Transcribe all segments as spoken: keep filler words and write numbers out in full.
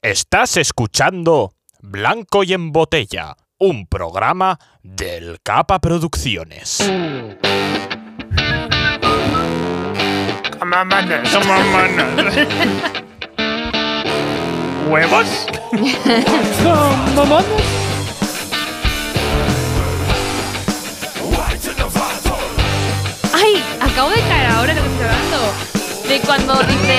Estás escuchando Blanco y en Botella, un programa del Capa Producciones. Camamanas, camamanas. ¿Huevos? Camamanas. ¡Ay! Acabo de caer ahora en lo que estoy hablando. De cuando dice.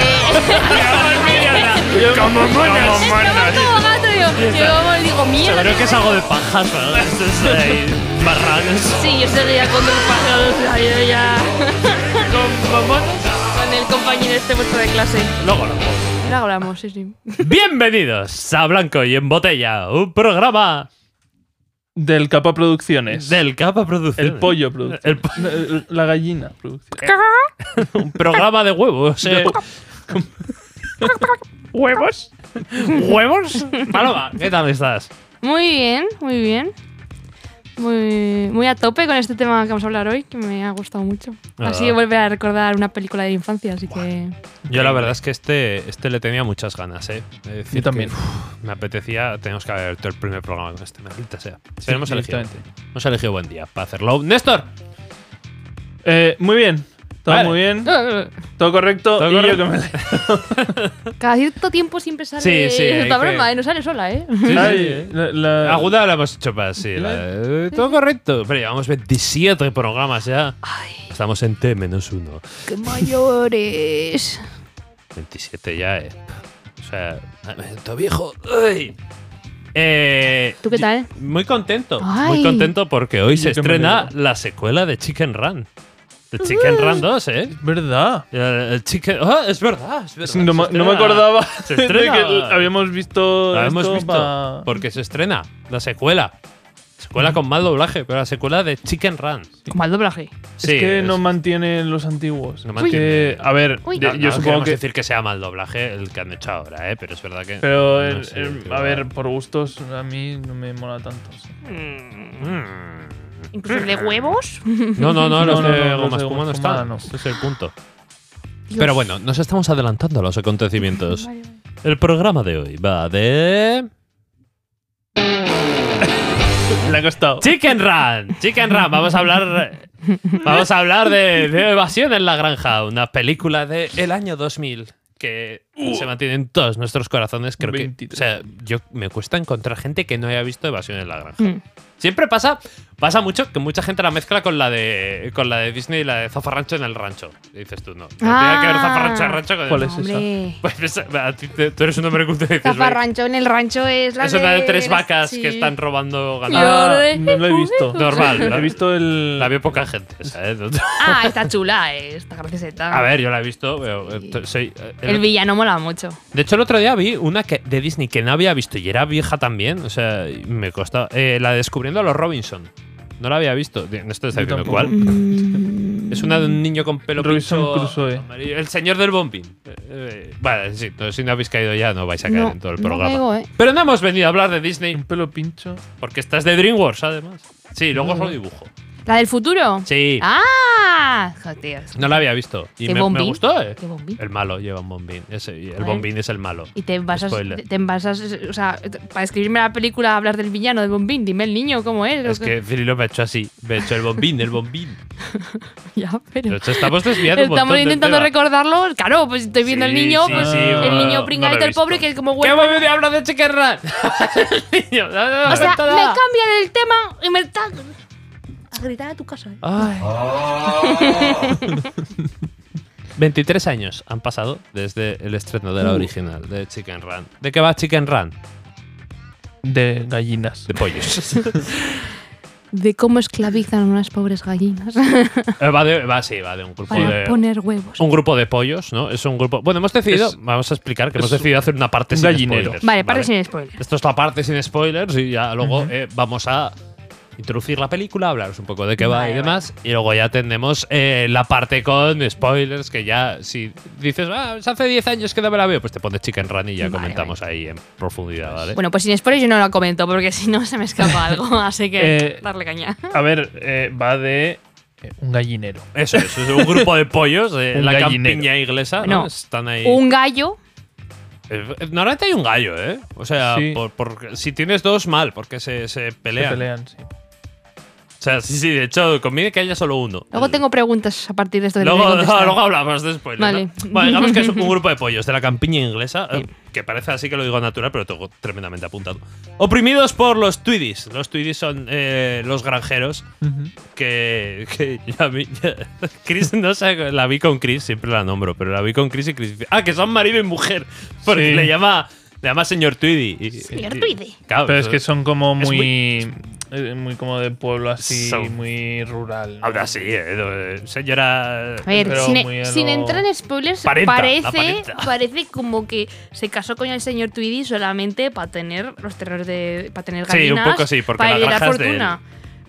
Camamanas. Como gato, yo. Yo digo, mierda. Creo que es algo de pajas, ¿verdad? Esto es ahí, marranos. Sí, yo seguía con los pájaros. O sea, yo ya. Con el compañero este vuestro de clase. Luego hablamos. Ahora hablamos, sí, sí. Bienvenidos a Blanco y en Botella, un programa Del Capa Producciones. del Capa Producciones. El pollo Producciones. El po- La gallina Producciones. un programa de huevos. eh. ¿Huevos? ¿Huevos? Paloma, ¿qué tal estás? Muy bien, muy bien. Muy, muy a tope con este tema que vamos a hablar hoy, que me ha gustado mucho. Ah. Así vuelve a recordar una película de infancia, así que. Yo la verdad es que este, este le tenía muchas ganas, ¿eh? Es decir, Yo también. que, uf, me apetecía, tenemos que haber hecho el primer programa con este, maldita sea. Pero hemos elegido, directamente. hemos elegido buen día para hacerlo. ¡Néstor! Eh, muy bien. Todo Vale. muy bien. Todo correcto. Todo y correcto. yo que me Cada cierto tiempo siempre sale Sí, sí, hay esta que- broma, ¿eh? No sale sola, ¿eh? Ay, la, la- Aguda la hemos hecho para sí. la- eh, todo correcto. Pero llevamos veintisiete programas ya. Ay, Estamos en T menos uno. qué mayores. veintisiete ya, eh. O sea, me siento viejo. Ay. Eh, ¿Tú qué tal? Muy contento. Ay. Muy contento porque hoy Y se yo que me estrena alegro. la secuela de Chicken Run. El Chicken Run dos, ¿eh? Es verdad. El, el Chicken... Ah, es verdad, es verdad. Sí, no, se me- no me estrena- acordaba se de estrena- que habíamos visto. La hemos esto visto pa- porque se estrena la secuela. Secuela con mal doblaje, pero la secuela de Chicken Run. Como al doblaje. Es que no mantienen los antiguos. No Es mantiene. que, a ver, Uy. de- No, yo no supongo queremos que. decir que sea mal doblaje el que han hecho ahora, ¿eh? Pero es verdad que. Pero, no el- sé, el- tío, a ver, por gustos, a mí no me mola tanto. sí. Mm. Incluso el de huevos. No, no, no, los No, no, de no, los Goma de Espuma no Goma Espuma están. no. Ese es el punto. Dios. Pero bueno, nos estamos adelantando a los acontecimientos. Vale, vale. El programa de hoy va de. Le ha costado. Chicken Run. Chicken Run. Vamos a hablar. Vamos a hablar de, de Evasión en la Granja, una película del año dos mil que se mantiene en todos nuestros corazones. Creo que. veintitrés. O sea, yo me cuesta encontrar gente que no haya visto Evasión en la Granja. Mm. Siempre pasa, pasa mucho que mucha gente la mezcla con la de con la de Disney y la de Zafarrancho en el rancho. Y dices tú, no. No tiene Ah. que ver Zafarrancho en el rancho con ¿Cuál el- es Hombre. Pues esa- a ti te- tú eres un hombre culto y dices, Zafarrancho en el rancho es la es una de tres las- vacas sí. que están robando Yo- ganado. Ah, no lo he visto. Normal, ¿no? He visto el. La vio poca gente, ¿sabes? Ah, está chula, eh, está gracioseta. A ver, yo la he visto. pero, eh, Sí. soy, eh, El villano mola mucho. de hecho, el otro día vi una que, de Disney que no había visto y era vieja también. O sea, y me costaba. Eh, la de Descubriendo a los Robinson. No la había visto. No estoy Yo diciendo tampoco. cuál. Mm. Es una de un niño con pelo Robinson pincho Crusoe. amarillo. El señor del bombín. Eh, eh, vale, sí, no, si no habéis caído ya, no vais a caer No, en todo el no programa. caigo, eh. Pero no hemos venido a hablar de Disney Un pelo pincho. porque esta es de DreamWorks, además. Sí, luego os lo dibujo. ¿La del futuro? Sí, ¡Ah! Joder. no la había visto. Y ¿Qué me, me bombín? gustó, ¿eh? ¿Qué bombín? El malo lleva un bombín. Ese, y el Vale. bombín es el malo. Y te envasas, Spoiler. te, te envasas, o sea, para escribirme la película hablar del villano de Bombín, dime el niño cómo es. Es que Cirilo me ha hecho así. Me ha hecho el bombín, el bombín. Ya, pero Pero esto estamos desviando un estamos montón del intentando tema. recordarlo. Claro, pues estoy viendo Sí, el niño, sí, pues sí, el bueno, niño no pringadito, lo he el pobre, visto. que es como ¿Qué huérfano. hemos venido a hablar de Chicken Run? El niño, no, no, no, O sea, no, no. me cambian el tema y me está a gritar a tu casa. ¿eh? Ay. veintitrés años han pasado desde el estreno de la original de Chicken Run. ¿De qué va Chicken Run? De gallinas. De pollos. De cómo esclavizan a unas pobres gallinas Eh, va, de, va, sí, va de un grupo para de. poner huevos. Un grupo de pollos, ¿no? Es un grupo. Bueno, hemos decidido. Es- vamos a explicar que hemos es decidido hacer una parte un sin gallinero. spoilers. Vale, parte sin spoiler. Esto es la parte sin spoilers y ya luego Ujú. eh, vamos a introducir la película, hablaros un poco de qué va Vale, y demás. Y luego ya tenemos eh, la parte con spoilers, que ya si dices, ah, hace diez años que no me la veo, pues te pones Chicken Run y ya Vale, comentamos ahí en profundidad, ¿vale? Bueno, pues sin spoilers yo no lo comento porque si no se me escapa algo, así que Eh, darle caña. A ver, eh, va de eh, un gallinero. Eso, eso es un grupo de pollos de Un la gallinero. campiña inglesa, ¿no? Bueno, Están ahí. Un gallo Eh, Normalmente hay un gallo, ¿eh? O sea, Sí. por, por- si tienes dos, mal, porque se, se Se pelean. pelean, sí. O sea, sí, sí, de hecho, conviene que haya solo uno. Luego tengo preguntas a partir de esto que te Luego, voy a contestar. luego hablamos después. Vale. ¿no? Bueno, digamos que es un grupo de pollos de la campiña inglesa, Sí. eh, que parece así que lo digo natural, pero tengo tremendamente apuntado. Oprimidos por los Tweedies. Los Tweedies son eh, los granjeros Ujú. que, que ya vi. ya- Chris, no sé, la vi con Chris, siempre la nombro, pero la vi con Chris y Chris. Ah, que son marido y mujer. Porque Sí. le llama. Le llama señor Tweedy. y- Señor y- Tweedy. Claro, Pero es que eso- son como es muy. eh, Muy como de pueblo así, Son- muy rural. ¿no? Ahora sí, eh, eh, señora. A ver, Pero sin, muy a sin lo- entrar en spoilers, Parenta, la parece, parenta. parece como que se casó con el señor Tweedy solamente para tener los terrores de. para tener Sí, un gallinas. poco sí, porque para la heredar granja es de fortuna.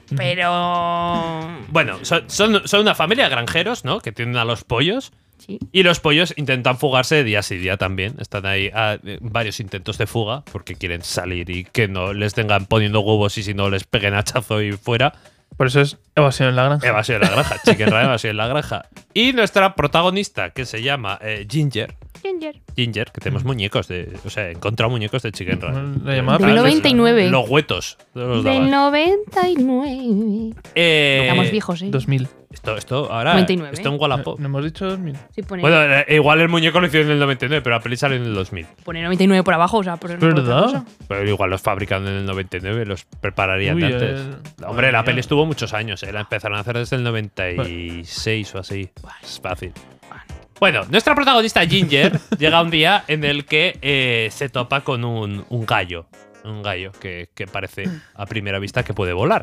Pero. Bueno, son, son, son una familia de granjeros, ¿no? Que tienen a los pollos. Sí. Y los pollos intentan fugarse día sí día también. Están ahí a eh, varios intentos de fuga porque quieren salir y que no les tengan poniendo huevos y si no les peguen hachazo y fuera. Por eso es evasión en la granja. Evasión en la granja. Chicken Run, evasión en la granja. Y nuestra protagonista, que se llama eh, Ginger. Ginger. Ginger, que tenemos muñecos de. O sea, he encontrado muñecos de Chicken Run. La llamaba Del Princesa. noventa y nueve. Los huetos. Los daban. Del noventa y nueve. Eh, Estamos viejos, ¿eh? dos mil. Esto, esto, ahora. noventa y nueve. Esto en ¿No, Wallapop. no hemos dicho dos mil? Sí, pone, Bueno, eh, igual el muñeco lo hicieron en el noventa y nueve, pero la peli salió en el dos mil. pone noventa y nueve por abajo, o sea, por, por otra ¿Verdad? cosa. Pero igual los fabrican en el noventa y nueve, los prepararían Uy, de antes. eh, Hombre, madre la mía. peli estuvo muchos años, ¿eh? La empezaron a hacer desde el noventa y seis o así. Es fácil. Bueno, nuestra protagonista Ginger llega un día en el que eh, se topa con un, un gallo. Un gallo que, que parece a primera vista que puede volar.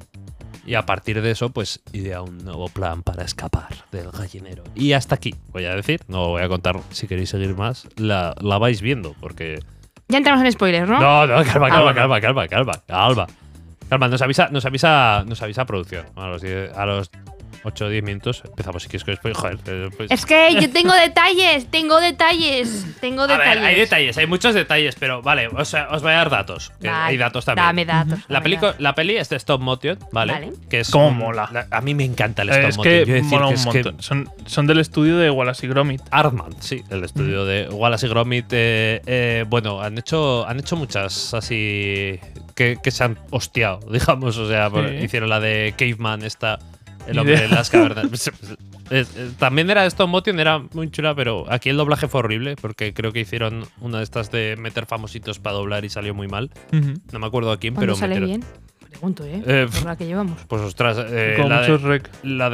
Y a partir de eso, pues idea un nuevo plan para escapar del gallinero. Y hasta aquí, voy a decir. No voy a contar, si queréis seguir más, la, la vais viendo, porque Ya entramos en spoilers, ¿no? no, no, calma, Ah, calma, bueno. calma, calma, calma, calma. Calma, nos avisa, nos avisa, nos avisa producción. A los, diez a los ocho o diez minutos empezamos si quieres que después, joder. eh, pues- Es que yo tengo detalles, tengo detalles, tengo a detalles. ver, hay detalles, hay muchos detalles, pero vale, o sea, os voy a dar datos. Que Vale, hay datos también. Dame datos. La, dame pelico- datos. la peli es de stop motion, ¿vale? Vale. Que es Cómo un- mola. la- a mí me encanta el stop Es motion. que Yo decir mola que un es que montón. Son, son del estudio de Wallace y Gromit. Aardman, sí, el estudio de Wallace y Gromit. eh, eh, bueno, han hecho, han hecho muchas así que, que se han hostiado, digamos. O sea, por- Sí. hicieron la de Caveman, esta, el Ni hombre idea. de las cavernas. Es- es- También era de stop motion, era muy chula, pero aquí el doblaje fue horrible porque creo que hicieron una de estas de meter famositos para doblar y salió muy mal. Ujú. No me acuerdo a quién, ¿Cuándo pero sale metieron- bien? Pregunto, ¿eh? Eh, Por la que llevamos. Pues ostras, eh, Con la, muchos de, rec. la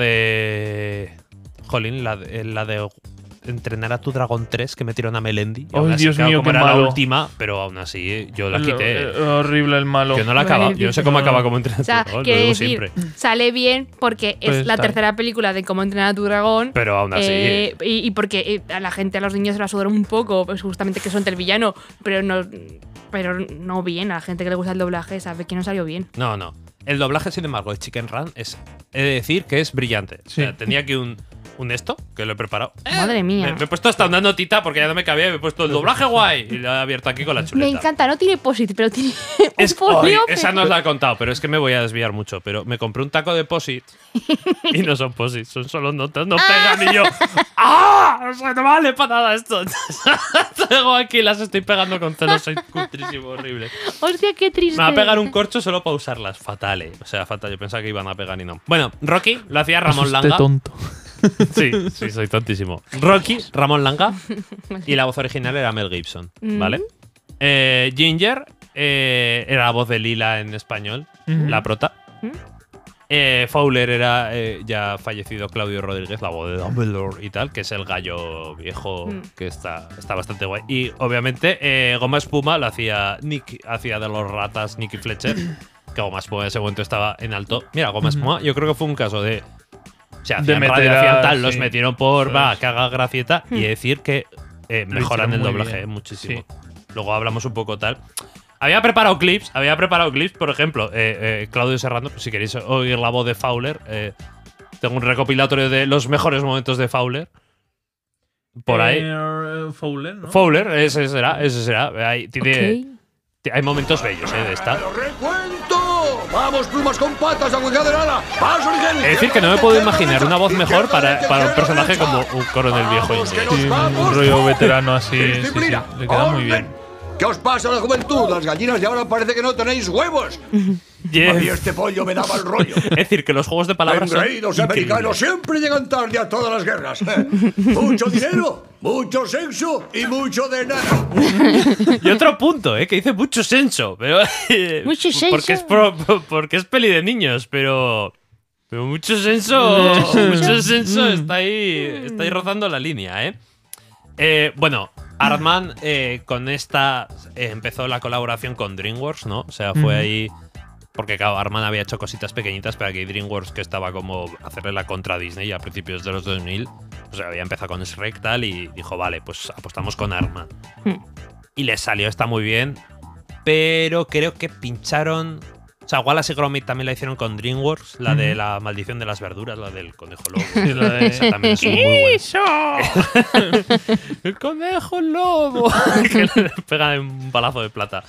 de. Jolín, la de, la de entrenar a tu dragón tres que metieron a Melendi. Y Ay, aún así, Dios claro, mío, como qué era la malo. última, pero aún así eh, yo la Lo- quité. eh, horrible el malo. Yo no la Vale, acaba. Yo no sé cómo no. acaba como entrenar O sea, a tu dragón, lo quiere digo decir, siempre. sale bien porque Pues es la está tercera película de cómo entrenar a tu dragón. Pero aún así. eh, y, y porque eh, a la gente, a los niños se la sudan un poco, pues justamente que son del villano, pero no, pero no bien. A la gente que le gusta el doblaje sabe que no salió bien. No, no. El doblaje, sin embargo, de Chicken Run es. He de decir que es brillante. O sea, Sí. tenía aquí un. Un esto, que lo he preparado. Madre mía. Me, me he puesto hasta una notita porque ya no me cabía y me he puesto el doblaje guay. Y lo he abierto aquí con la chuleta. Me encanta, no tiene posit, pero tiene Es, un folio. Ay, esa no os la he contado, pero es que me voy a desviar mucho. Pero me compré un taco de posit y no son posit, son solo notas, no pegan. Y yo, ¡ah! O sea, no vale para nada esto. Tengo aquí, las estoy pegando con celo, soy cutrísimo, horrible. Hostia, qué triste. Me va a pegar un corcho solo para usarlas. Fatal, eh. O sea, fatal. Yo pensaba que iban a pegar y no. Bueno, Rocky lo hacía Ramón Este Langa. tonto. Sí, sí, soy tontísimo. Rocky, Ramón Langa. Y la voz original era Mel Gibson, ¿vale? Eh, Ginger eh, era la voz de Lila en español, Ujú. la prota. ¿Mm? Eh, Fowler era eh, ya fallecido Claudio Rodríguez, la voz de Dumbledore y tal, que es el gallo viejo Mm. que está, está bastante guay. Y obviamente eh, Goma Espuma lo hacía Nick, hacía de los ratas Nicky Fletcher, que Goma Espuma en ese momento estaba en alto. Mira, Goma Espuma, yo creo que fue un caso de. O sea, De hacían meter radio, a- hacían tal, sí. los metieron por Eso va, es. que haga gracieta y decir que eh, Lo mejoran hicieron el muy doblaje bien. eh, muchísimo. Sí. Luego hablamos un poco tal. Había preparado clips, había preparado clips, por ejemplo, eh, eh, Claudio Serrano, pues si queréis oír la voz de Fowler, eh, tengo un recopilatorio de los mejores momentos de Fowler. Por ahí. Eh, Fowler, ¿no? Fowler, ese será, ese será. Ahí tiene, Ok. t- hay momentos bellos eh, de esta. ¡Recuento! ¡Vamos, plumas con patas, agüita de nada! ¡Vamos, Origen! Es decir, que no me puedo imaginar una voz mejor para, para un personaje como un coronel viejo inglés. Sí, un rollo veterano así. Sí, sí, le queda muy bien. ¿Qué os pasa a la juventud? Las gallinas de ahora parece que no tenéis huevos. Yes. Y este pollo me daba el rollo. Es decir, que los juegos de palabras son Engreídos americanos siempre llegan tarde a todas las guerras. ¿eh? Mucho dinero, mucho sexo y mucho de nada. Y otro punto, ¿eh? Que dice mucho senso. Pero, Mucho senso. Porque es, pro, porque es peli de niños, pero... Pero mucho senso, mucho senso está ahí, está ahí rozando la línea, ¿eh? eh bueno, Artman eh, con esta eh, empezó la colaboración con DreamWorks, ¿no? O sea, fue ahí... Porque, claro, Artman había hecho cositas pequeñitas, pero aquí DreamWorks, que estaba como hacerle la contra a Disney a principios de los dos mil, o sea, había empezado con Shrek tal y dijo, vale, pues apostamos con Artman. Y les salió, está muy bien, pero creo que pincharon... O sea, Wallace y Gromit también la hicieron con DreamWorks, la de la maldición de las verduras, la del conejo lobo. Sí, la de... Esa también es muy buena. ¡El conejo lobo! Que le pega un balazo de plata.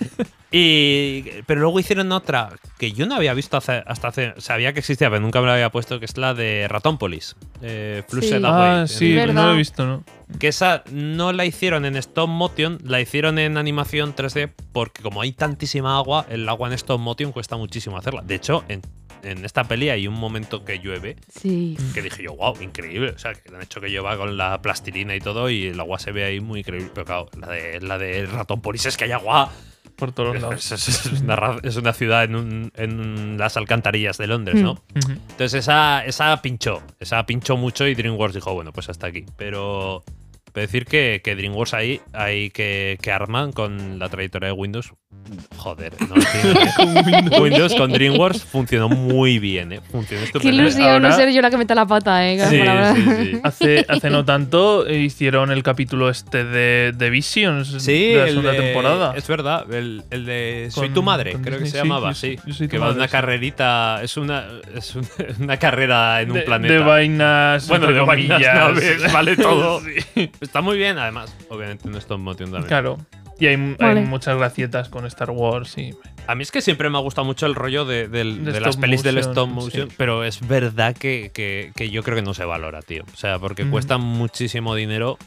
Y, pero luego hicieron otra que yo no había visto hace, hasta hace... Sabía que existía, pero nunca me la había puesto, que es la de Ratónpolis. Eh, Flushing Sí. Away. Ah, sí, ¿Verdad? no lo he visto, ¿no? Que esa no la hicieron en stop motion, la hicieron en animación tres D porque como hay tantísima agua, el agua en stop motion cuesta muchísimo hacerla. De hecho, en, en esta peli hay un momento que llueve Sí. que dije yo, wow, increíble. O sea, que han hecho que llueva con la plastilina y todo y el agua se ve ahí muy increíble. Pero claro, la de, la de Ratónpolis es que hay agua... Por todos lados. Es, es- es una, ra- es una ciudad en, un- en las alcantarillas de Londres, ¿no? Ujú. Entonces esa, esa pinchó, esa pinchó mucho y DreamWorks dijo, bueno, pues hasta aquí. Pero, pero decir que, que DreamWorks ahí, ahí que, que arman con la trayectoria de Windows, joder, no entiendo. Windows con DreamWorks funcionó muy bien, ¿eh? Funcionó Qué estupendo. ilusión no Ahora- ser yo la que meta la pata, eh. Sí, la verdad. sí, sí. Hace, hace no tanto eh, hicieron el capítulo este de, de Visions Sí, de la el segunda de- temporada. es verdad, el, el de Soy Con- tu madre, con creo que Disney, se sí, llamaba, yo sí. soy- yo soy tu que va de madre, una sí. carrerita, es una, es un- una carrera en un de, planeta. de vainas, Bueno, entre de vainas, comillas. naves, vale todo. Sí. Está muy bien, además, obviamente en stop motion también. Claro. Y hay, hay Vale. muchas gracietas con Star Wars y A mí es que siempre me ha gustado mucho el rollo de, del- De de las stop pelis del motion, stop motion, sí. pero es verdad que, que- que yo creo que no se valora, tío. O sea, porque Ujú. cuesta muchísimo dinero.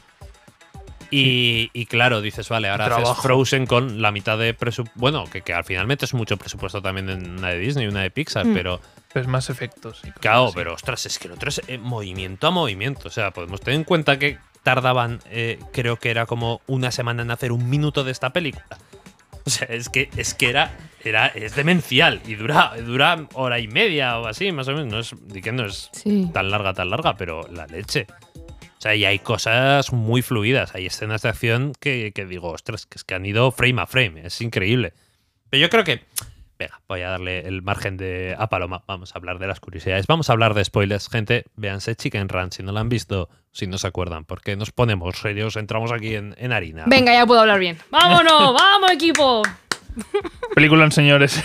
Y, y claro, dices, vale, ahora haces Trabajo. Frozen con la mitad de presupuesto. Bueno, que, que al final metes mucho presupuesto también en una de Disney y una de Pixar, Mm. pero. pues más efectos. y cosas Claro, así. pero ostras, es que el otro es eh, movimiento a movimiento. O sea, podemos tener en cuenta que tardaban, eh, creo que era como una semana en hacer un minuto de esta película. O sea, es que, es que era, era. Es demencial. Y dura, dura hora y media o así, más o menos. No es, di que no es Sí. tan larga, tan larga, pero la leche. O sea, y hay cosas muy fluidas. Hay escenas de acción que, que digo, ostras, que es que han ido frame a frame. Es increíble. Pero yo creo que. Venga, voy a darle el margen de a Paloma. Vamos a hablar de las curiosidades. Vamos a hablar de spoilers, gente. Véanse Chicken Run si no la han visto, si no se acuerdan, porque nos ponemos serios, entramos aquí en, en harina. Venga, ya puedo hablar bien. ¡Vámonos! ¡Vamos, equipo! Peliculón, señores.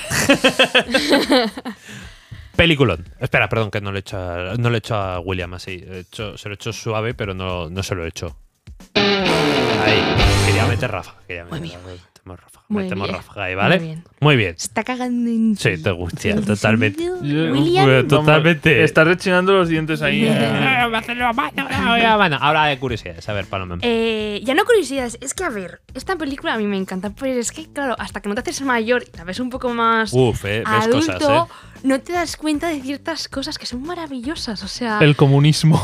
Peliculón. Espera, perdón, que no le he hecho a, no le he hecho a William así. He hecho- se lo he hecho suave, pero no, no se lo he hecho. Ahí. Quería meter ráfaga. Quería meter Muy bien, ráfaga. Metemos ráfaga. Muy Metemos bien. ráfaga ahí, ¿vale? Muy bien. Muy bien. Se está cagando en Sí, te gusta, totalmente. Yo- William. Bueno, totalmente. Está rechinando los dientes ahí. Ah, Bueno, ahora de curiosidades. A ver, Paloma. Eh, ya no curiosidades, es que a ver, esta película a mí me encanta, pero es que, claro, hasta que no te haces mayor y la ves un poco más Uf, eh, ves adulto, cosas, eh. no te das cuenta de ciertas cosas que son maravillosas. O sea, El comunismo.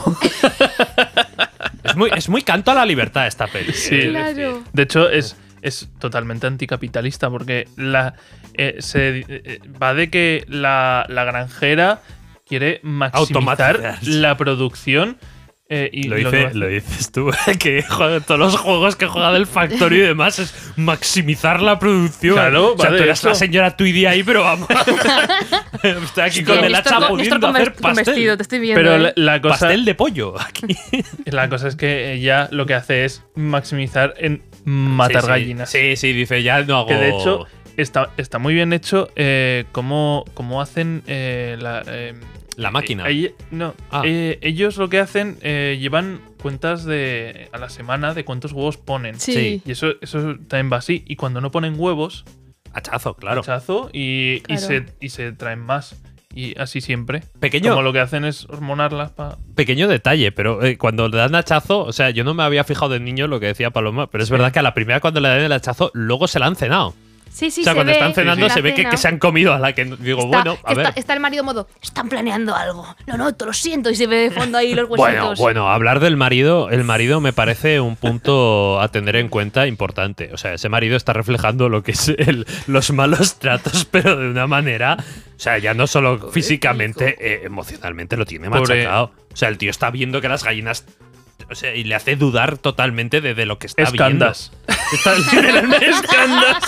Es muy, es muy canto a la libertad esta peli. Sí. eh, claro. decir. De hecho, es, es totalmente anticapitalista porque la, eh, se, eh, va de que la, la granjera quiere maximizar Automatizar. la producción. eh, y Lo, lo que dice- hace- lo dices tú, que juega- todos los juegos que juega del Factorio y demás es maximizar la producción. Claro, o sea, va de tú eres eso. la señora Tweedy ahí, pero vamos. Estoy aquí con Estoy- el hacha estoy- pudiendo estoy con hacer vest- con pastel. vestido, te estoy viendo. Pero ¿eh? la, la cosa, Pastel de pollo aquí. la cosa es que ella lo que hace es maximizar en matar Sí, sí. gallinas. Sí, sí, dice, ya no hago. Que de hecho está, está muy bien hecho eh, cómo, cómo hacen eh, la, eh, La máquina. eh, ell- no, Ah. eh, ellos lo que hacen, eh, llevan cuentas de a la semana de cuántos huevos ponen. Sí. Sí. Y eso, eso también va así. Y cuando no ponen huevos, Hachazo, claro. hachazo y, Claro. y, se, y se traen más. Y así siempre. Pequeño, Como lo que hacen es hormonarlas para. pequeño detalle, pero eh, cuando le dan hachazo, o sea, yo no me había fijado de niño lo que decía Paloma, pero es verdad que a la primera cuando le dan el hachazo, luego se la han cenado. Sí, sí, o sea, se cuando ve, están cenando la se ve que, cena. que se han comido a la que digo, Está, bueno, a está, ver. está el marido modo, están planeando algo. Lo noto, lo siento. Y se ve de fondo ahí los huesitos. Bueno, bueno, hablar del marido, el marido me parece un punto a tener en cuenta importante. O sea, ese marido está reflejando lo que es el- los malos tratos, pero de una manera, o sea, ya no solo físicamente, eh, emocionalmente lo tiene Pobre- machacado. O sea, el tío está viendo que las gallinas, o sea, y le hace dudar totalmente de, de lo que está Escandas. viendo. Está literalmente Escandas.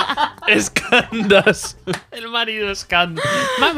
Escandas. el marido escandas. ¡Mamá!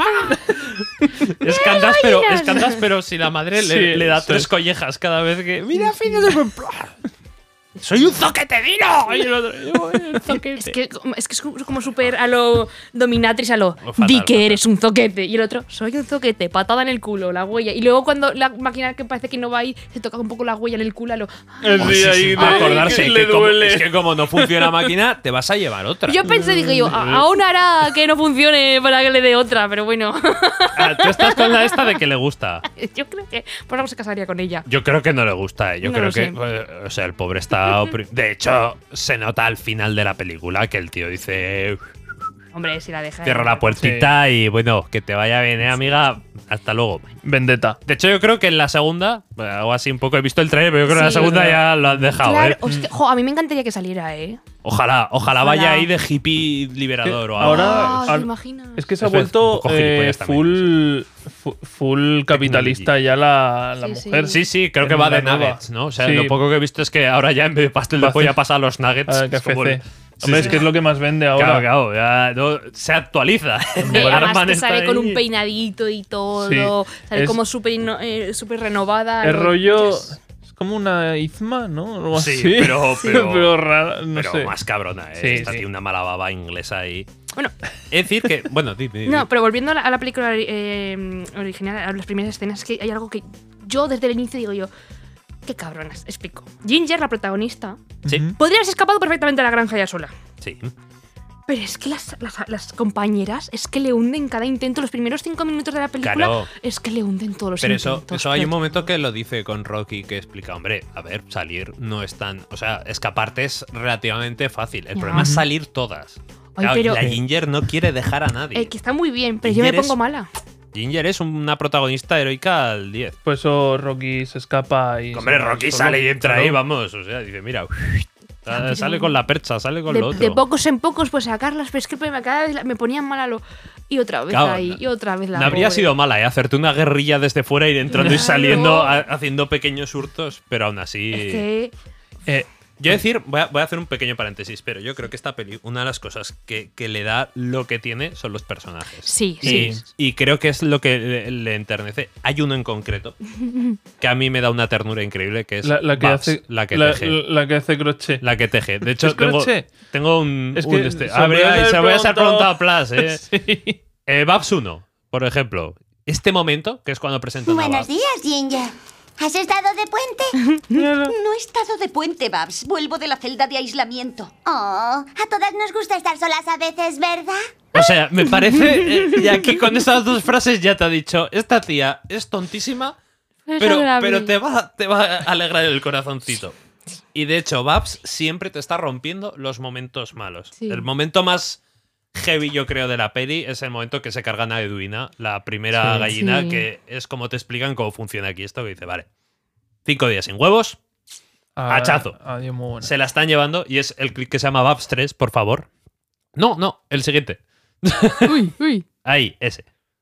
Escandas, pero, escandas, pero si la madre le, Sí, le da sí. tres collejas cada vez que. ¡Mira, Fino de buen plan! ¡Soy un zoquete, dino! Y el otro, "Yo, el zoquete". Es que, es que es como súper a lo dominatrix, a lo Fatal, di que fatal. eres un zoquete. Y el otro, soy un zoquete, patada en el culo, la huella. Y luego cuando la máquina que parece que no va ahí, se toca un poco la huella en el culo, a lo. El Oh, día sí, sí, ahí para le- acordarse que que, le como, duele. es que como no funciona la máquina, te vas a llevar otra. Yo pensé, dije yo, "A- aún hará que no funcione para que le dé otra, pero bueno. Ah, tú estás con la esta de que le gusta. Yo creo que por algo se casaría con ella. Yo creo que no le gusta, ¿eh? Yo No creo lo que. sé. eh, O sea, el pobre está. opri- De hecho, se nota al final de la película que el tío dice. Hombre, si la deja. Cierra la puertita y bueno, que te vaya bien, ¿eh, amiga? Hasta luego. Vendetta. De hecho, yo creo que en la segunda, bueno, algo así un poco, he visto el trailer, pero yo creo que en la Sí, segunda verdad. ya lo han dejado, Claro, ¿eh? hostia, jo, a mí me encantaría que saliera, ¿eh? Ojalá, ojalá, Ojalá. vaya ahí de hippie liberador o algo. Ahora- Ah, ¿te ahora- imaginas? Es que se ha Es un vuelto poco eh, gilipollas también, full, fu- full capitalista ya la, la Sí, sí. mujer. Sí, sí, creo En que va la de nueva. nuggets, ¿no? O sea, Sí. lo poco que he visto es que ahora ya en vez de pastel de Va a polla hacer- pasa a los nuggets. Ah, Es como K F C. el- Hombre, sí, es que es lo que más vende ahora. Claro, claro, ya no- se actualiza. Eh, además Arman que está sale con ahí. un peinadito y todo, Sí, sale es- como súper inno- eh, súper renovada. El lo- rollo. Yes. Es como una izma, ¿no? Algo Sí, así. pero- pero- pero rara, no Pero sé. más cabrona, ¿eh? Sí, Esta sí. tiene una mala baba inglesa ahí. Bueno, Es decir que, bueno, di, di, di. no, pero volviendo a la, a la película eh, original, a las primeras escenas, es que hay algo que yo desde el inicio digo yo, qué cabronas, explico. Ginger, la protagonista, Sí, Ujú. podría haberse escapado perfectamente a la granja ya sola. sí. Pero es que las, las, las compañeras es que le hunden cada intento. Los primeros cinco minutos de la película Claro. es que le hunden todos los Pero eso, intentos. eso hay un pero- momento que lo dice con Rocky que explica, hombre, a ver, salir no es tan. O sea, escaparte es relativamente fácil. El Ya. problema es salir todas. Ay, Claro, pero- la Ginger no quiere dejar a nadie. Eh, que está muy bien, pero yo me Ginger es- pongo mala. Ginger es una protagonista heroica al diez. Por eso Rocky se escapa y. Hombre, se- Rocky solo- sale y entra solo- ahí, vamos. O sea, dice, mira, Ya, pero- sale con la percha, sale con De, lo otro. de pocos en pocos, pues sacarlas, pero es que me, cada vez la- me ponían mal a lo. Y otra vez Claro, ahí, no- y otra vez la. No habría pobre. sido mala, ¿eh? Hacerte una guerrilla desde fuera, ir entrando y Claro. saliendo, a- haciendo pequeños hurtos, pero aún así. Es que. Eh, Yo decir, voy a, voy a hacer un pequeño paréntesis, pero yo creo que esta peli, una de las cosas que, que le da lo que tiene son los personajes. Sí, Sí. sí. Y creo que es lo que le, le enternece. Hay uno en concreto que a mí me da una ternura increíble, que es la, la que Babs, hace. la que la, teje. la que hace crochet. La que teje. De hecho, ¿Es tengo, crochet? tengo un. Es un que este. se Habría- me se había voy a ser preguntado- preguntado a Plus, ¿eh? Sí. Eh, Babs uno, por ejemplo. Este momento, que es cuando presentan a Buenos Babs. días, Ginger. ¿Has estado de puente? No he estado de puente, Babs. Vuelvo de la celda de aislamiento. Oh, a todas nos gusta estar solas a veces, ¿verdad? O sea, me parece. eh, y aquí con estas dos frases ya te ha dicho: esta tía es tontísima, Es pero, adorable. pero te, va, te va a alegrar el corazoncito. Y de hecho, Babs siempre te está rompiendo los momentos malos. Sí. El momento más heavy, yo creo, de la peli es el momento que se cargan a Edwina, la primera Sí. gallina, Sí. que es como te explican cómo funciona aquí esto, que dice, vale, cinco días sin huevos, Ah, Hachazo. Adiós, muy bueno. se la están llevando, y es el clip que se llama Babs tres, por favor. No, no, el siguiente. Uy, uy. Ahí, ese.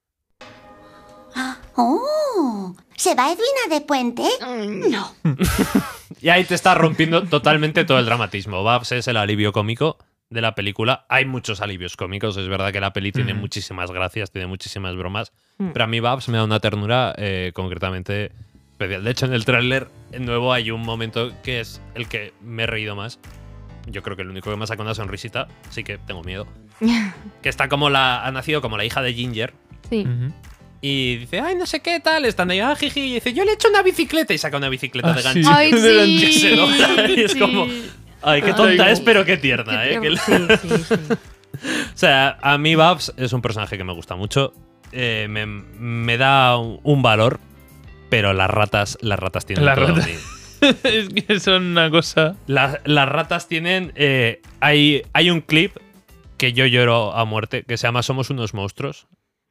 Oh, ¿se va Edwina de puente? No. Y ahí te está rompiendo totalmente todo el dramatismo. Babs es el alivio cómico de la película. Hay muchos alivios cómicos. Es verdad que la peli tiene Mm. muchísimas gracias, tiene muchísimas bromas. Mm. Pero a mí Babs me da una ternura eh, concretamente especial. De hecho, en el tráiler nuevo hay un momento que es el que me he reído más. Yo creo que el único que me saca una sonrisita, sí que tengo miedo. Que está como la. Ha nacido como la hija de Ginger. Sí. Ujú. Y dice, ay, no sé qué tal. Están ahí, ah, jiji. Y dice, yo le he hecho una bicicleta. Y saca una bicicleta Ah, de sí. gancho. Ay, De sí. que se enoja. Y es sí. como, ay, qué Ay, tonta Ay, es, pero qué tierna, Qué ¿eh? Que tierno. le- Sí, sí, sí. sea, a mí Babs es un personaje que me gusta mucho. Eh, me, me da un, un valor, pero las ratas, las ratas tienen Las todo ratas. mi- Es que son una cosa. Las, las ratas tienen. Eh, hay, hay un clip que yo lloro a muerte que se llama Somos unos monstruos.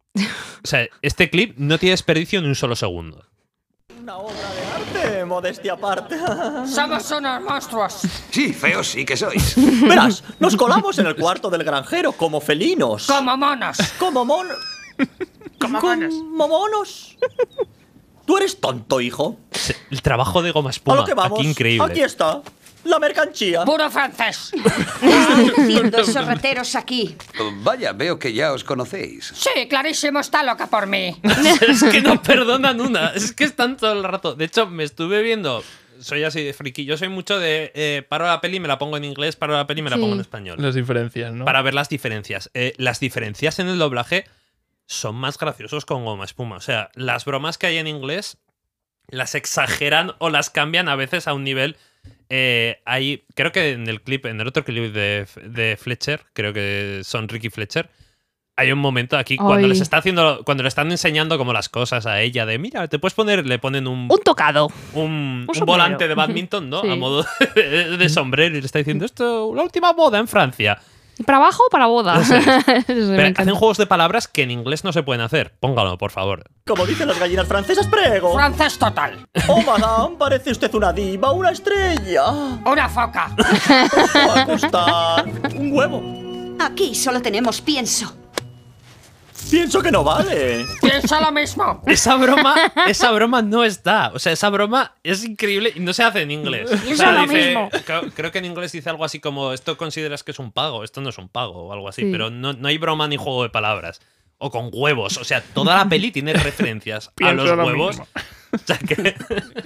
O sea, este clip no tiene desperdicio ni un solo segundo. Una obra de arte, modestia aparte. Somos unos monstruos. Sí, feos sí que sois. Verás, nos colamos en el cuarto del granjero como felinos. Como monos. Como mon... Como monos. Como monos. ¿Tú eres tonto, hijo? El trabajo de goma A espuma, lo que vamos. aquí increíble. Aquí está. La mercancía. Puro francés. Diciendo sorreteros aquí. Vaya, veo que ya os conocéis. Sí, clarísimo, está loca por mí. Es que no perdonan una. Es que están todo el rato. De hecho, me estuve viendo. Soy así de friki. Yo soy mucho de. Eh, paro la peli y me la pongo en inglés, paro la peli y me la Sí. pongo en español. Las diferencias, ¿no? Para ver las diferencias. Eh, las diferencias en el doblaje son más graciosos con goma espuma. O sea, las bromas que hay en inglés las exageran o las cambian a veces a un nivel. Eh, hay, creo que en el clip, en el otro clip de, de Fletcher, creo que son Ricky Fletcher, hay un momento aquí cuando Ay. les está haciendo, cuando le están enseñando como las cosas a ella de mira, te puedes poner, le ponen un, Un tocado. un, un un sombrero. volante de badminton, ¿no? Sí. A modo de, de sombrero y le está diciendo esto, la última boda en Francia. ¿Para abajo o para boda? Eso es. Eso me Pero encanta. hacen juegos de palabras que en inglés no se pueden hacer. Póngalo, por favor. Como dicen las gallinas francesas, prego. Francés total. Oh, madame, parece usted una diva, una estrella. Una foca. Va a costar un huevo. Aquí solo tenemos pienso. Pienso que no vale. Piensa lo mismo. Esa broma, esa broma no está. O sea, esa broma es increíble y no se hace en inglés. O Piensa sea, lo dice- mismo. creo, creo que en inglés dice algo así como esto consideras que es un pago, esto no es un pago o algo así, Sí. pero no, no hay broma ni juego de palabras. O con huevos. O sea, toda la peli tiene referencias a Pienso los lo huevos. mismo. O sea que.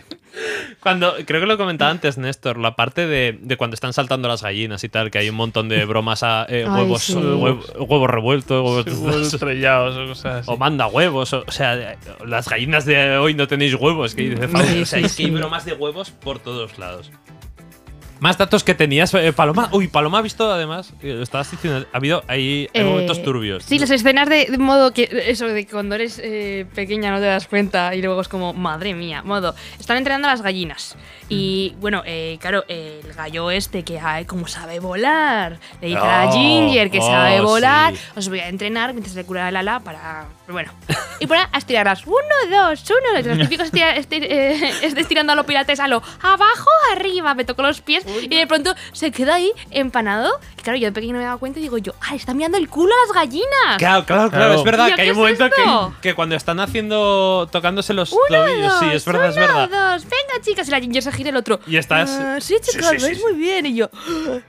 Cuando, creo que lo comentaba antes Néstor, la parte de, de cuando están saltando las gallinas y tal, que hay un montón de bromas a eh, Ay, huevos, sí. huevo- huevos revueltos, huevos, Huevos estrellados o cosas así. o manda huevos, o, o sea, las gallinas de hoy no tenéis huevos, que dice Fausto. Sí, O sea, sí, es que hay sí. bromas de huevos por todos lados. Más datos que tenías, eh, Paloma. Uy, Paloma ha visto además, eh, lo estabas diciendo, ha habido hay, hay Eh, momentos turbios. Sí, las escenas de, de modo que. Eso, de que cuando eres eh, pequeña no te das cuenta y luego es como, madre mía, modo. Están entrenando a las gallinas. Y bueno, eh, claro, eh, el gallo este que, ay, como sabe volar. Le dice a la Oh, Ginger que oh, sabe volar. sí. Os voy a entrenar mientras le cura el ala para. Bueno. Y pone a estirarlas. Uno, dos, uno, dos. Los típicos estira- estir- eh, estirando a los pirates a lo abajo, arriba. Me tocó los pies y de pronto se queda ahí empanado. Y claro, yo de pequeño no me daba cuenta y digo yo, ah, está mirando el culo a las gallinas. Claro, claro, claro, Claro. es verdad Tío, que hay ¿qué un es momento que, esto? que cuando están haciendo, tocándose los Uno, tobillos, dos, sí, es verdad, es uno, verdad. dos. Venga, chicas. Y la Ginger se gira el otro. Y estás- "Ah, sí, chicos, Sí, sí, vais sí, muy bien. Y yo,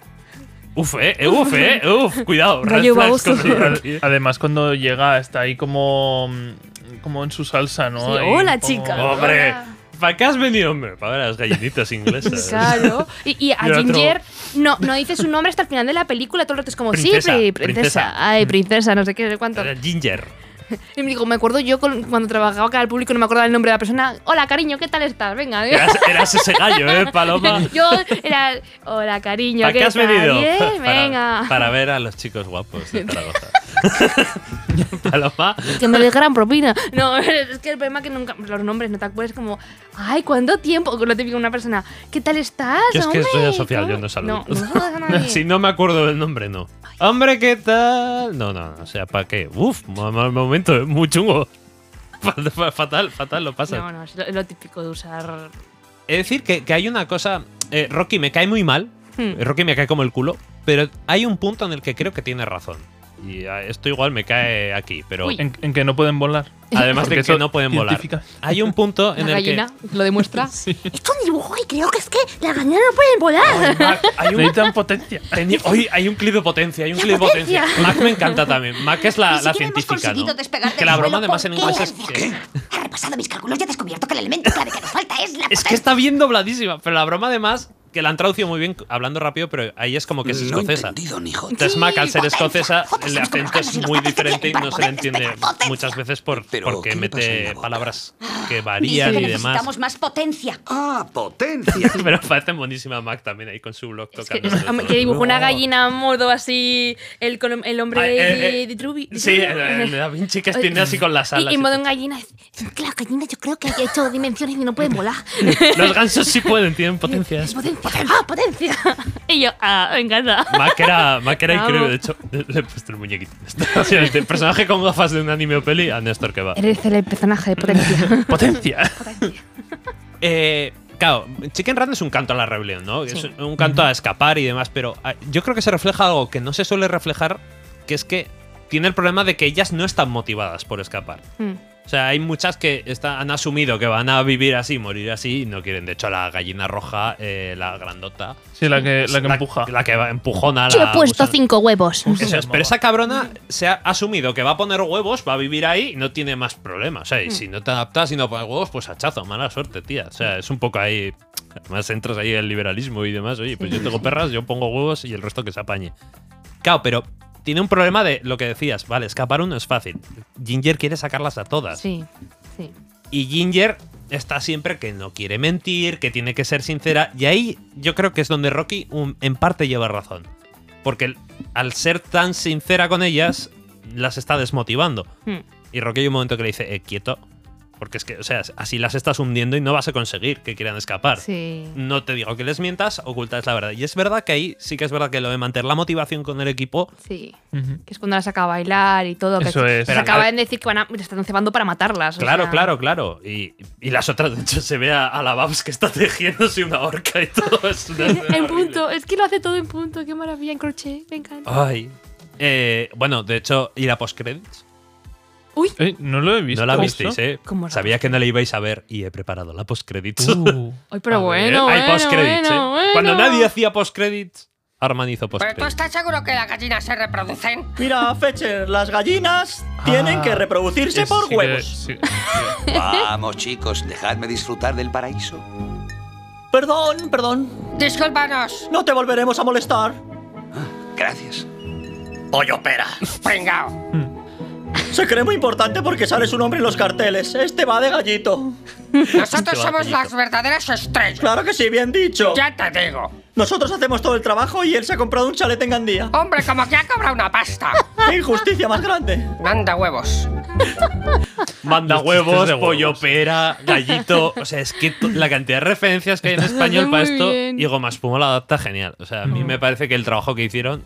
Uf, eh, eh, uf, eh, uf, cuidado. red Gallo flags baboso. con- Ad- Además, cuando llega, está ahí como. como en su salsa, ¿no? Sí, Ahí hola, como- chica. Hombre, Hola. ¿para qué has venido, hombre? Para ver a las gallinitas inglesas. claro. Y, y a Y el otro- Ginger no, no dice su nombre hasta el final de la película. Todo el rato es como, Princesa, sí, pri- princesa. princesa. Ay, princesa, no sé qué, no sé cuánto. Era Ginger. Y me digo, me acuerdo yo con- cuando trabajaba cara al público, no me acordaba el nombre de la persona. Hola, cariño, ¿qué tal estás? Venga. Eras, eras ese gallo, ¿eh, Paloma? Yo era, hola, cariño, ¿Para ¿qué qué has tal? venido? Bien, Para- venga. Para, ver a los chicos guapos de Zaragoza. Paloma. Que me dejaran propina. No, es que el problema es que nunca. Los nombres no te acuerdas, como. Ay, ¿cuánto tiempo? Lo típico de una persona. ¿Qué tal estás? Yo es que hombre? soy social, yo ¿Cómo? no saludo. No, no saludas a nadie. Si no me acuerdo del nombre, no. Hombre, ¿qué tal? No, no, no, o sea, ¿para qué? Uf, mo- mo- momento, eh, muy chungo. Fa- Fatal, fatal lo pasa. No, no, es lo, es lo típico de usar. Es decir, que, que hay una cosa. eh, Rocky me cae muy mal. Hmm. eh, Rocky me cae como el culo. Pero hay un punto en el que creo que tiene razón. Y ah, esto igual me cae aquí. Pero Uy. En, en que no pueden volar. además de Porque que eso no pueden volar. científica. Hay un punto La en el gallina lo demuestra. Es un dibujo y creo que es que las gallinas no pueden volar. que. Mac, hay un, Necesitan potencia. teni- hoy hay un clip de potencia, hay un ¡La clip de potencia. potencia! Mac me encanta también. Mac es la, Ni la siquiera hemos científica, conseguido ¿no? despegar Que del la broma suelo. además en ¿Por inglés qué? es. que- He repasado mis cálculos y he descubierto que el elemento clave que nos falta es la Es que está bien dobladísima, pero la broma además, que la han traducido muy bien hablando rápido, pero ahí es como que es No he escocesa. entendido, ni jota. Entonces, Mac, al ser potencia, escocesa, potencia, el acento como es ganas, muy potencia, diferente y no se le potencia, entiende potencia. muchas veces por, Pero, porque ¿qué le pasa en mete la boca? palabras que Dice varían que y demás. necesitamos más potencia. Ah, potencia. Pero parece buenísima Mac también ahí con su blog Es que, tocando. hombre, que dibujó una gallina a modo así, el, con- el hombre Ah, de, eh, de, eh, de Truby. de Sí, Truby. el, el de Da Vinci que extiende así con las alas. Y en y modo todo. en gallina. Que las gallinas yo creo que he hecho dimensiones y no pueden volar. Los gansos sí pueden, tienen potencias. Potencia. ¡Ah, potencia! Y yo, ah, me encanta. Mac era, Mac era Bravo. increíble, de hecho, le he puesto el muñequito. Básicamente, personaje con gafas de un anime o peli a Néstor que va. Eres el personaje de potencia. Potencia. eh, claro, Chicken Run es un canto a la rebelión, ¿no? Es Sí. un canto a escapar y demás, pero ah, yo creo que se refleja algo que no se suele reflejar, que es que tiene el problema de que ellas no están motivadas por escapar. Mm. O sea, hay muchas que está- han asumido que van a vivir así, morir así, y no quieren. De hecho, la gallina roja, eh, la grandota. Sí, la que, la que empuja. La que va- empujona a la. Yo he puesto gusana. cinco huevos. Eso es, pero esa cabrona se ha asumido que va a poner huevos, va a vivir ahí y no tiene más problemas. O sea, y si no te adaptas y no pones huevos, pues hachazo, mala suerte, tía. O sea, es un poco ahí. Además, entras ahí en el liberalismo y demás. Oye, pues yo tengo perras, yo pongo huevos y el resto que se apañe. Claro, pero tiene un problema de lo que decías. Vale, escapar uno es fácil. Ginger quiere sacarlas a todas. Sí, sí. Y Ginger está siempre que no quiere mentir, que tiene que ser sincera. Y ahí yo creo que es donde Rocky un- en parte lleva razón. Porque el- al ser tan sincera con ellas, las está desmotivando. Mm. Y Rocky hay un momento que le dice, eh, quieto. Porque es que, o sea, así las estás hundiendo y no vas a conseguir que quieran escapar. Sí. No te digo que les mientas, ocultas la verdad. Y es verdad que ahí sí que es verdad que lo de mantener la motivación con el equipo. Sí. Ujú. Que es cuando las saca a bailar y todo. Que Eso se, es. se Pero acaba al- de decir que van a, están cebando para matarlas. o Claro, sea. claro, claro. Y, y las otras, de hecho, se ve a, a la Babs que está tejiéndose una horca y todo. Es una escena En horrible. punto. Es que lo hace todo en punto. Qué maravilla. En crochet. Me encanta. Ay. Eh, bueno, de hecho, ir a postcredits. Uy. Eh, no lo he visto. No la ¿eso? visteis, ¿eh? ¿Cómo no? Sabía que no la ibais a ver y he preparado la postcredits. Uh. Ay, pero A ver, bueno, Hay bueno, postcredits, bueno, ¿eh? bueno. Cuando nadie hacía postcredits, Arman hizo ¿Pero tú postcredits. estás seguro que las gallinas se reproducen? Mira, Fetcher, las gallinas tienen Ah, que reproducirse es- por sí que- huevos. sí. Vamos, chicos, dejadme disfrutar del paraíso. Perdón, perdón. Discúlpanos. No te volveremos a molestar. Gracias. Pollo pera. Pringao. Se cree muy importante porque sale su nombre en los carteles. Este va de gallito. Nosotros somos las verdaderas estrellas. Claro que sí, bien dicho. Ya te digo. Nosotros hacemos todo el trabajo y él se ha comprado un chalet en Gandía. Hombre, como que ha cobrado una pasta. ¡Qué injusticia más grande! Manda huevos. Manda Los chistes huevos, de huevos. pollo pera, gallito. O sea, es que to- la cantidad de referencias que hay en español para Muy esto. bien. Y Goma Espuma lo adapta genial. O sea, a mí me parece que el trabajo que hicieron.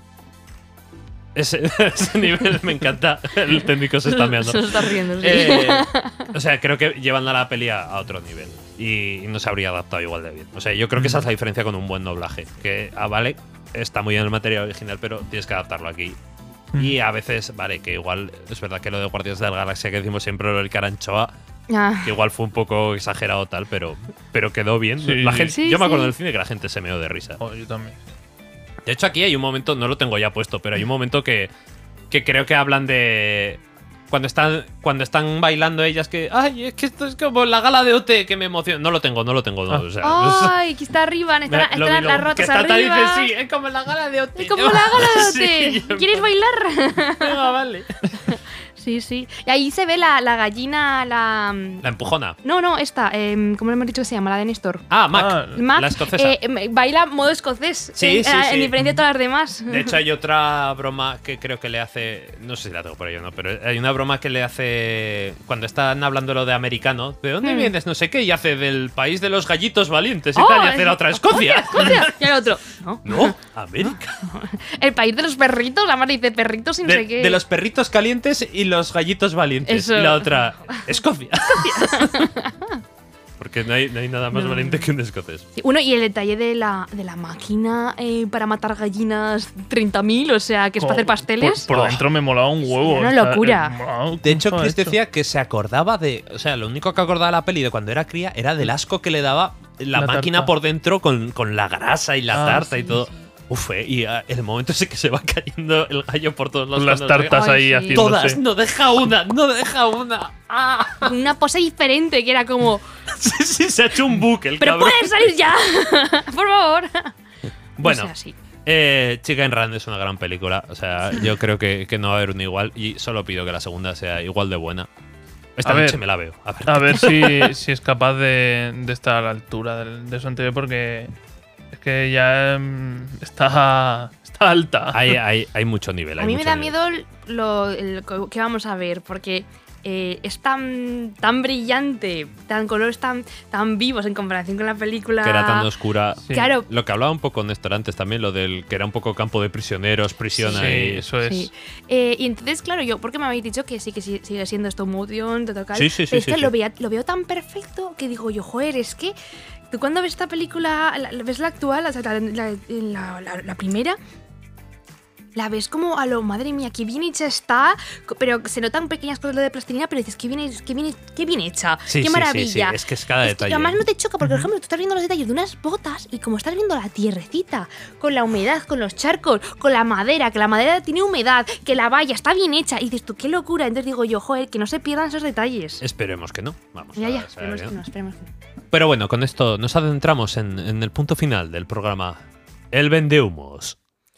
Ese, ese nivel me encanta. El técnico se está meando. Se está riendo, sí. Eh, o sea, creo que llevan a la peli a, a otro nivel. Y, y no se habría adaptado igual de bien. O sea, yo creo que esa es la diferencia con un buen doblaje. Que, ah, vale, está muy bien el material original, pero tienes que adaptarlo aquí. Y a veces, vale, que igual es verdad que lo de Guardianes de la Galaxia que decimos siempre, lo del Caranchoa, Ah. que igual fue un poco exagerado tal, pero, pero quedó bien. Sí. La gente, Sí, yo me acuerdo sí. del cine que la gente se meó de risa. Oh, yo también. De hecho, aquí hay un momento, no lo tengo ya puesto, pero hay un momento que, que creo que hablan de. Cuando están, cuando están bailando ellas, que. Ay, es que esto es como la gala de O T que me emociona. No lo tengo, no lo tengo. No, Ah. o sea, Ay, que está arriba. Están, me- lo vi, están lo- las que ratas está tal y arriba. dice, sí, es como la gala de O T. Es como la gala de Sí, Ote. yo- ¿Quieres bailar? Venga, vale. Sí, sí. Y ahí se ve la, la gallina, la. La empujona. No, no, esta. Eh, ¿Cómo le hemos dicho que se llama? La de Néstor. Ah, Mac. Ah, Mac, la escocesa. eh, eh, baila modo escocés. Sí, en, sí, eh, sí. En diferencia de todas las demás. De hecho, hay otra broma que creo que le hace. No sé si la tengo por ahí o no, pero hay una broma que le hace. Cuando están hablando lo de americano. ¿De dónde Hmm. vienes? No sé qué. Y hace del país de los gallitos valientes y Oh, tal. Y hace la otra Escocia. Escocia. Y el otro. No. No, América. El país de los perritos. La madre dice perritos y no De, sé qué. de los perritos calientes y los gallitos valientes. Eso. Y la otra, Escocia. Porque no hay, no hay nada más No. valiente que un escocés. Sí, Uno, y el detalle de la, de la máquina eh, para matar gallinas treinta mil, o sea, que es para hacer pasteles. Por, por dentro me molaba un huevo. una Está- locura. eh, molaba- De hecho, ¿cómo Chris está hecho? decía que se acordaba de. O sea, lo único que acordaba de la peli de cuando era cría era del asco que le daba la, La máquina tarta. por dentro con, con la grasa y la Ah, tarta y sí, todo. Uf, eh, y ah, el momento ese que se va cayendo el gallo por todos lados. Las cuando se- tartas Ay, ahí sí. haciéndose. Todas, no deja una, no deja una. Ah. Una pose diferente, que era como. sí, sí, se ha hecho un buque el ¡Pero cabrón. pueden salir ya! ¡Por favor! Bueno, No sea así. eh, Chica en Rand es una gran película. O sea, yo creo que, que no va a haber una igual. Y solo pido que la segunda sea igual de buena. Esta A noche ver, me la veo. A ver, A ver si, si es capaz de, de estar a la altura del- de su anterior, porque es que ya mm, está, está alta. hay, hay, hay mucho nivel. A hay mí me mucho da nivel. miedo lo el- que vamos a ver, porque eh, es tan, tan brillante, tan colores tan, tan vivos en comparación con la película. Que era tan oscura. Sí. Claro. Lo que hablaba un poco Néstor antes también, lo del que era un poco campo de prisioneros, prisión Sí, ahí. eso es. Sí. Eh, y entonces, claro, yo, porque me habéis dicho que sí, que sí- sigue siendo stop motion, total. Sí, sí, sí, pero es sí, que sí. Lo, veía- lo veo tan perfecto que digo yo, joder, es que tú cuando ves esta película, la- la- ves la actual, o sea, la, la- la- la- la primera, la ves como a lo, madre mía, qué bien hecha está, co- pero se notan pequeñas cosas de plastilina, pero dices, qué bien, qué bien, qué bien hecha, Sí, qué sí, maravilla. sí, sí, es que es cada Es que detalle. además no te choca, porque por ejemplo tú estás viendo los detalles de unas botas y como estás viendo la tierrecita, con la humedad, con los charcos, con la madera, que la madera tiene humedad, que la valla está bien hecha, y dices tú, qué locura. Entonces digo yo, joder, que no se pierdan esos detalles. Esperemos que no. Vamos Ya, a ya, ver, esperemos ¿no? que no, esperemos que no. Pero bueno, con esto nos adentramos en, en el punto final del programa. El vendehumos.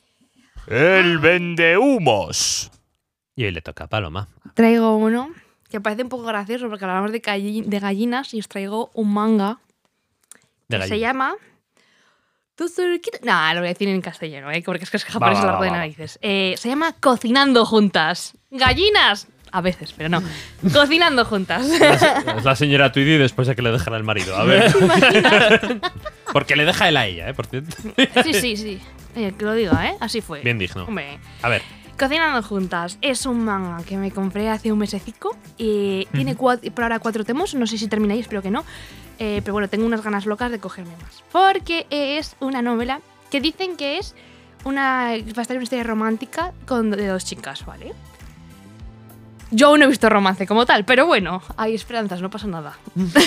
El vendehumos. Y hoy le toca a Paloma. Traigo uno que parece un poco gracioso porque hablamos de, galli- de gallinas y os traigo un manga De que gallina. se llama... Tuzurkito- No, lo voy a decir en castellano, ¿eh? Porque es que es Va, japonés va, largo va, de va. narices. Eh, se llama Cocinando Juntas. ¡Gallinas! A veces, pero no. Cocinando juntas. Es la señora Tweedy después de que le dejara el marido. A ver. ¿Te imaginas? Porque le deja él a ella, ¿eh? Por cierto. Sí, sí, sí. Eh, que lo diga, ¿eh? Así fue. Bien digno. Hombre. A ver. Cocinando Juntas es un manga que me compré hace un mesecico. Y tiene cuatro, por ahora cuatro tomos. No sé si termináis, espero que no. Eh, pero bueno, tengo unas ganas locas de cogerme más. Porque es una novela que dicen que es una. Va a estar una historia romántica con, de dos chicas, ¿vale? Yo aún no he visto romance como tal, pero bueno, hay esperanzas, no pasa nada.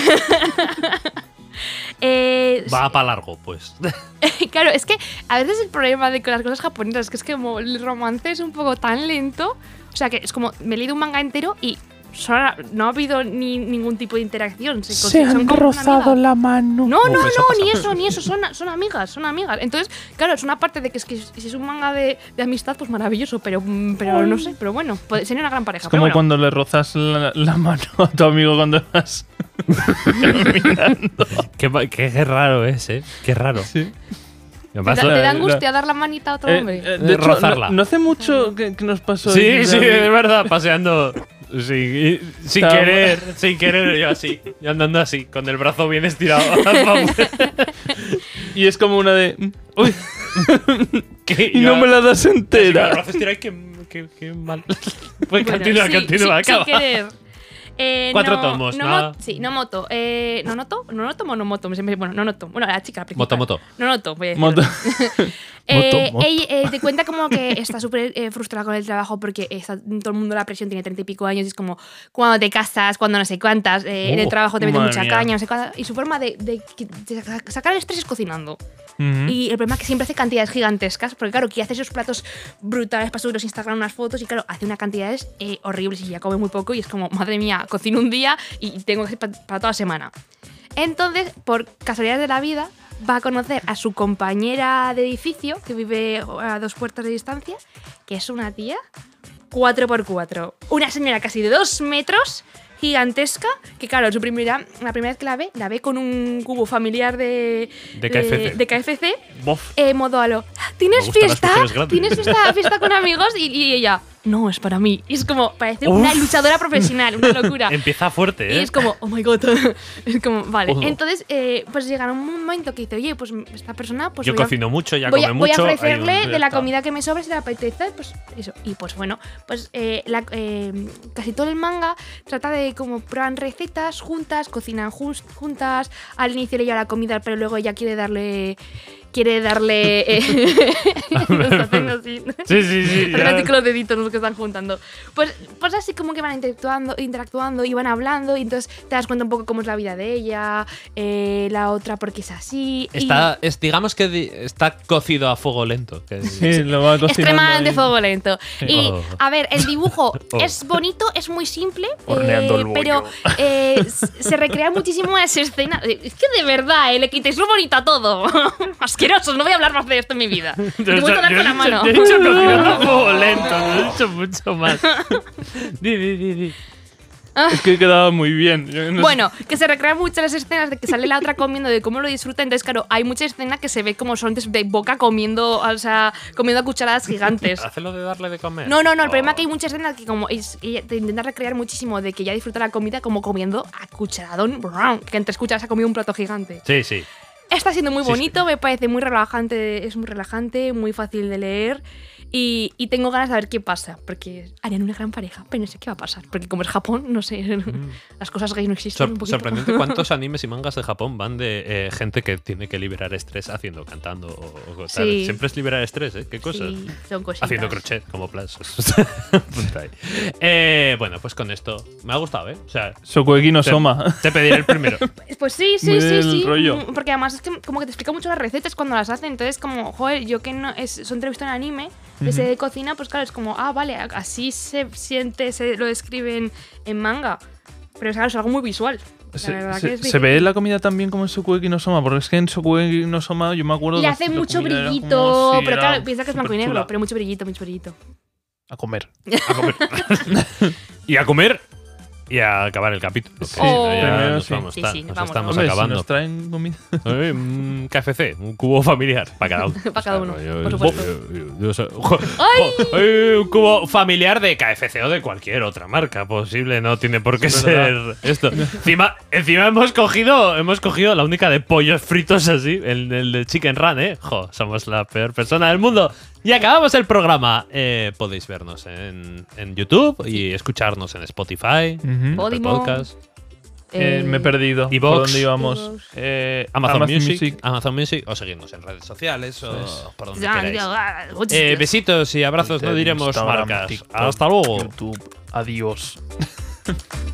eh, Va para largo, pues. Claro, es que a veces el problema de con las cosas japonesas es que es que como el romance es un poco tan lento. O sea, que es como me he leído un manga entero y solo- no ha habido ni ningún tipo de interacción. Se, Se son han como rozado amigas. la mano. No, no, Uf, eso no, pasa. ni eso, ni eso. Son, son amigas, son amigas. Entonces, claro, es una parte de que es que si es un manga de, de amistad, pues maravilloso. Pero, mm, pero no sé, pero bueno, puede, sería una gran pareja. Es pero como bueno. cuando le rozas la, la mano a tu amigo cuando vas caminando. Qué, ma- qué, qué raro es, ¿eh? Qué raro. Sí. ¿Te, Además, da, lo- te da la- angustia dar la manita a otro Eh, hombre? eh, de hecho, rozarla. no, no hace mucho que, que nos pasó. Sí, eso, sí, David. es verdad, paseando sin, y- sin Estaba- querer, sin querer, yo así, yo andando así, con el brazo bien estirado. Vamos. Y es como una de. mm, Uy. ¿Qué? Y no me la das Así con el entera. brazo estirado, ay, qué, qué, qué mal. Pues Bueno, continúa, sí, continúa, sí, sin acaba. querer. Eh, Cuatro no- tomos, no nada. mo- sí, no moto. Eh, ¿No noto? ¿No noto o no moto? Siempre- Bueno, no noto. Bueno, la chica la principal. Moto, moto. No noto, voy a decir. Moto. Eh, Moto, moto. ella, eh, te cuenta como que está súper eh, frustrada con el trabajo porque está, todo el mundo la presión, tiene treinta y pico años y es como cuando te casas, cuando no sé cuántas, eh, en el Oh, trabajo te meten madre mucha mía. caña, no sé cuántas. Y su forma de, de- de sacar el estrés es cocinando. Ujú. Y el problema es que siempre hace cantidades gigantescas, porque claro, que hace esos platos brutales para subirlos a Instagram unas fotos y claro, hace unas cantidades eh, horribles y ya come muy poco y es como, madre mía, cocino un día y tengo que hacer pa- para toda la semana. Entonces, por casualidades de la vida, va a conocer a su compañera de edificio, que vive a dos puertas de distancia, que es una tía cuatro por cuatro. Una señora casi de dos metros, gigantesca, que claro, su primera, la primera vez que la ve, la ve con un cubo familiar de, De K F C. de K F C Bof. eh, modo a lo, Me ¿tienes gustan las fiesta? porciones grandes. ¿Tienes fiesta, fiesta con amigos? Y, y ella, no, es para mí. Y es como, parece una Uf. luchadora profesional, una locura. Empieza fuerte, Y ¿eh? es como, oh my god. Es como, vale. Ojo. Entonces, eh, pues llega un momento que dice, oye, pues esta persona, pues Yo voy a- cocino mucho, ya voy, come a, voy a mucho. hay ofrecerle un- de la está. comida que me sobra si le apetece, pues eso. Y pues bueno, pues eh, la- eh, casi todo el manga trata de como prueban recetas juntas, cocinan jus- juntas. Al inicio le lleva la comida, pero luego ella quiere darle quiere darle. Eh, lo hacen así. Sí, sí, sí. Hacen así con los deditos los que están juntando. Pues, pues así como que van interactuando, interactuando y van hablando, y entonces te das cuenta un poco cómo es la vida de ella, eh, la otra porque es así. Está, es, digamos que di- está cocido a fuego lento. Que Sí, lo va cocinando Extremadamente ahí. fuego lento. Y, Oh. a ver, el dibujo Oh. es bonito, es muy simple, Horneando eh, el bollo. pero eh, s- se recrean muchísimo esa escena. Es que de verdad, eh, le quitéis lo bonito a todo. Asquerosos, no voy a hablar más de esto en mi vida. Te voy a tocar con la mano. Yo he dicho cocinando a fuego lento, no he dicho mucho más. Di, di, di, di. Es que quedaba muy bien. Yo no Bueno, que se recrean muchas las escenas de que sale la otra comiendo, de cómo lo disfruta. Entonces, claro, hay mucha escena que se ve como son de boca comiendo, o sea, comiendo a cucharadas gigantes. Hace lo de darle de comer. No, no, no. El Oh. problema es que hay muchas escenas que como es, ella te intenta recrear muchísimo de que ella disfruta la comida como comiendo a cucharadón, que entre cucharadas ha comido un plato gigante. Sí, sí. Está siendo muy Sí, bonito, me parece muy relajante, es muy relajante, muy fácil de leer. Y, y tengo ganas de ver qué pasa, porque harían una gran pareja, pero no sé qué va a pasar, porque como es Japón, no sé, las cosas gays no existen. Sor- un poquito. sorprendente cuántos animes y mangas de Japón van de eh, gente que tiene que liberar estrés haciendo, cantando o, o tal. Sí. Siempre es liberar estrés, ¿eh? ¿Qué cosas? Sí, son cositas. Haciendo crochet, como Plus. Punto ahí. Eh, bueno, pues con esto me ha gustado, ¿eh? O sea, Sokueki no te, Soma. te pediré el primero. Pues sí, sí, Muy sí, del sí. rollo. Mm, Porque además es que como que te explica mucho las recetas cuando las hacen. Entonces, como, joder, yo que no es, son entrevistas en anime, ese de cocina, pues claro, es como, ah, vale, así se siente, se lo describen en manga. Pero claro, es algo muy visual. La Se, verdad se- que es se ve la comida también como en Sokueki no Soma, porque es que en Sokueki no Soma yo me acuerdo Le la- hace la mucho comida era brillito, como si pero era claro, piensa que es blanco y negro, superchula. pero mucho brillito, mucho brillito. A comer. A comer. y a comer y a acabar el capítulo. que si no, Oh. ya Primero nos sí. vamos, Sí, ta- sí, nos vamos, estamos Hombre, si acabando. nos traen comida. Eh, un K F C, un cubo familiar para cada uno. Para cada uno, Yo- por yo- supuesto. yo- yo- yo soy- jo- jo- eh, un cubo familiar de K F C o de cualquier otra marca posible, no tiene por qué Es ser verdad. esto. encima, encima hemos cogido, hemos cogido la única de pollos fritos así, el, el de Chicken Run, ¿eh? Jo, somos la peor persona del mundo. Y acabamos el programa. Eh, podéis vernos en, en YouTube y escucharnos en Spotify, Ujú. en Apple Podimo. Podcast, Eh, me he perdido. y ¿Por Vox. dónde íbamos? Y Vox. Eh, Amazon, Music, Amazon Music, o seguirnos en redes sociales o Eso por donde Ya, queráis. ya, ya, Eh, besitos y abrazos, no Twitter, diremos Instagram, marcas. TikTok, Hasta luego. YouTube. Adiós.